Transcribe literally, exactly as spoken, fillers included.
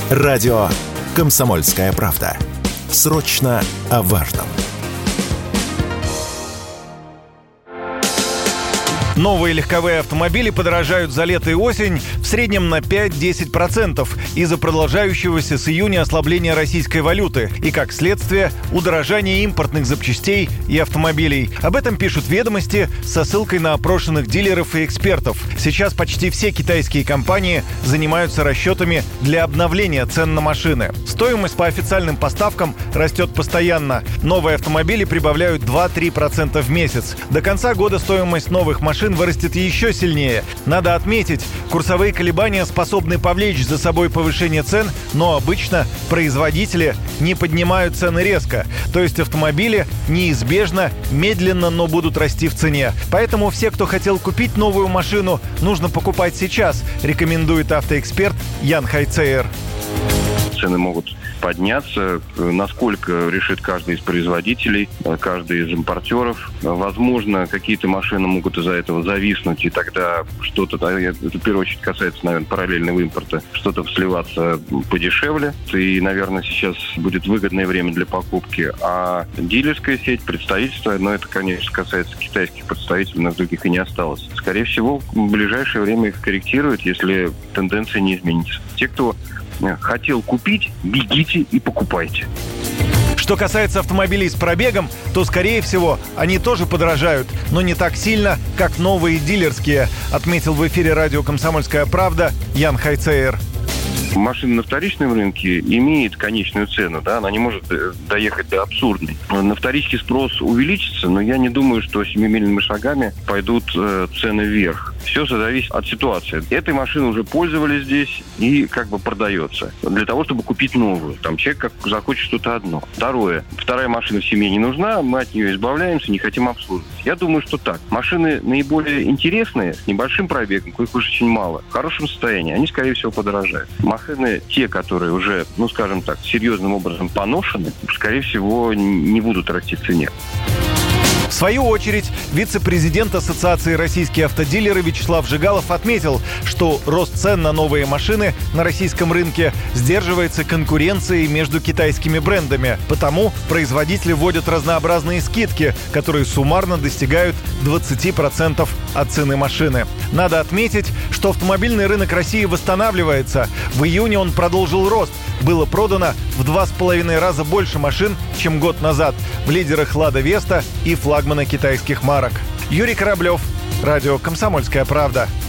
Радио «Комсомольская правда». Срочно о важном. Новые легковые автомобили подорожают за лето и осень в среднем на пять-десять процентов из-за продолжающегося с июня ослабления российской валюты и, как следствие, удорожания импортных запчастей и автомобилей. Об этом пишут «Ведомости» со ссылкой на опрошенных дилеров и экспертов. Сейчас почти все китайские компании занимаются расчетами для обновления цен на машины. Стоимость по официальным поставкам растет постоянно. Новые автомобили прибавляют два-три процента в месяц. До конца года стоимость новых машин вырастет еще сильнее. Надо отметить, курсовые колебания способны повлечь за собой повышение цен, но обычно производители не поднимают цены резко. То есть автомобили неизбежно, медленно, но будут расти в цене. Поэтому все, кто хотел купить новую машину, нужно покупать сейчас, рекомендует автоэксперт Ян Хайцеер. Цены могут подняться, насколько решит каждый из производителей, каждый из импортеров. Возможно, какие-то машины могут из-за этого зависнуть, и тогда что-то, это в первую очередь касается, наверное, параллельного импорта, что-то сливаться подешевле. И, наверное, сейчас будет выгодное время для покупки. А дилерская сеть, представительство, но это, конечно, касается китайских представителей, но других и не осталось. Скорее всего, в ближайшее время их корректируют, если тенденция не изменится. Те, кто хотел купить, бегите и покупайте. Что касается автомобилей с пробегом, то, скорее всего, они тоже подорожают, но не так сильно, как новые дилерские, отметил в эфире радио «Комсомольская правда» Ян Хайцеер. Машина на вторичном рынке имеет конечную цену, да, она не может доехать до абсурдной. На вторичке спрос увеличится, но я не думаю, что семимильными шагами пойдут э, цены вверх. Все зависит от ситуации. Этой машины уже пользовались здесь и как бы продается. Для того, чтобы купить новую. Там человек как захочет что-то одно. Второе. Вторая машина в семье не нужна, мы от нее избавляемся, не хотим обслуживать. Я думаю, что так. Машины наиболее интересные, с небольшим пробегом, их уже очень мало, в хорошем состоянии, они, скорее всего, подорожают. Машины, те, которые уже, ну, скажем так, серьезным образом поношены, скорее всего, не будут расти в цене. В свою очередь, вице-президент Ассоциации «Российские автодилеры» Вячеслав Жигалов отметил, что рост цен на новые машины на российском рынке сдерживается конкуренцией между китайскими брендами. Потому производители вводят разнообразные скидки, которые суммарно достигают двадцать процентов от цены машины. Надо отметить, что автомобильный рынок России восстанавливается. В июне он продолжил рост. Было продано в два с половиной раза больше машин, чем год назад. В лидерах «Лада Веста» и флагманы китайских марок. Юрий Кораблев, радио «Комсомольская правда».